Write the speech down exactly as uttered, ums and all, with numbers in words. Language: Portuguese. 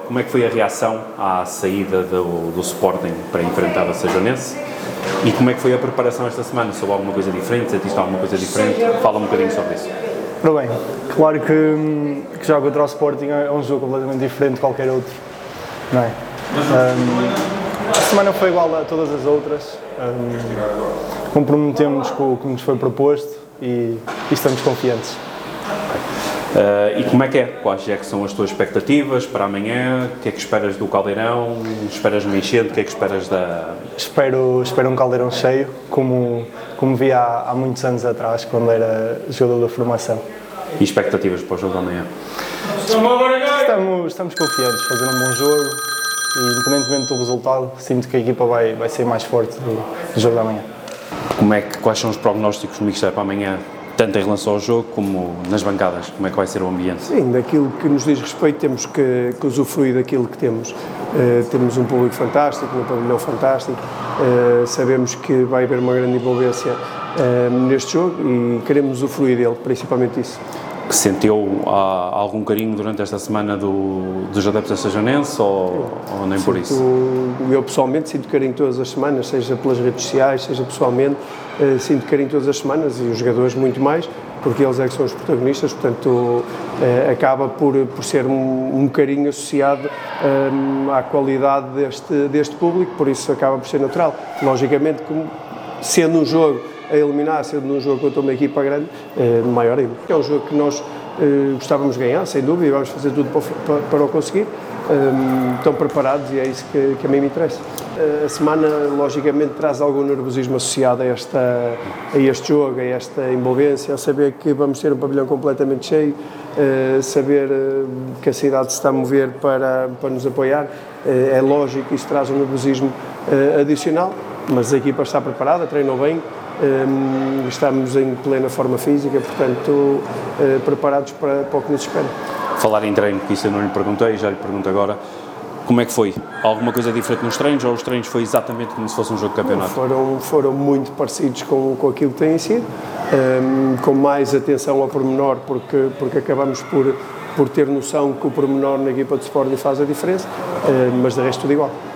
Como é que foi a reação à saída do, do Sporting para enfrentar a Sejonense? E como é que foi a preparação esta semana? Soube alguma coisa diferente? Sentiste alguma coisa diferente? Fala um bocadinho sobre isso. Ora bem, claro que, que jogar contra o Sporting é um jogo completamente diferente de qualquer outro, não é? Um, a semana foi igual a todas as outras, um, comprometemos com o que nos foi proposto e, e estamos confiantes. Uh, e como é que é? Quais é que são as tuas expectativas para amanhã? O que é que esperas do Caldeirão? Esperas uma enchente? O que é que esperas da... Espero, espero um Caldeirão cheio, como, como vi há, há muitos anos atrás, quando era jogador da formação. E expectativas para o jogo de amanhã? Estamos, estamos confiantes, fazer um bom jogo e, independentemente do resultado, sinto que a equipa vai, vai ser mais forte do, do jogo de amanhã. Como é que, quais são os prognósticos do Mister para amanhã? Tanto em relação ao jogo como nas bancadas, como é que vai ser o ambiente? Sim, daquilo que nos diz respeito temos que, que usufruir daquilo que temos. Uh, temos um público fantástico, um pavilhão fantástico, uh, sabemos que vai haver uma grande envolvência uh, neste jogo e queremos usufruir dele, principalmente isso. Que sentiu ah, algum carinho durante esta semana do, dos adeptos da Sejonense ou, ou nem sinto, por isso? Eu pessoalmente sinto carinho todas as semanas, seja pelas redes sociais, seja pessoalmente, uh, sinto carinho todas as semanas e os jogadores muito mais, porque eles é que são os protagonistas, portanto uh, acaba por, por ser um, um carinho associado um, à qualidade deste, deste público, por isso acaba por ser natural. Logicamente, como, sendo um jogo a eliminar, sendo um jogo contra uma equipa grande, eh, maior ainda. É um jogo que nós eh, gostávamos de ganhar, sem dúvida, e vamos fazer tudo para, para, para o conseguir. Um, estão preparados e é isso que, que a mim me interessa. A semana, logicamente, traz algum nervosismo associado a, esta, a este jogo, a esta envolvência, a saber que vamos ter um pavilhão completamente cheio, uh, saber uh, que a cidade se está a mover para, para nos apoiar. Uh, é lógico que isso traz um nervosismo uh, adicional, mas a equipa está preparada, treinou bem. Um, estamos em plena forma física, portanto, uh, preparados para, para o que nos espera. Falar em treino, que isso eu não lhe perguntei, já lhe pergunto agora, como é que foi? Alguma coisa diferente nos treinos ou os treinos foi exatamente como se fosse um jogo de campeonato? Foram, foram muito parecidos com, com aquilo que têm sido, um, com mais atenção ao pormenor, porque, porque acabamos por, por ter noção que o pormenor na equipa de Sporting faz a diferença, um, mas de resto tudo igual.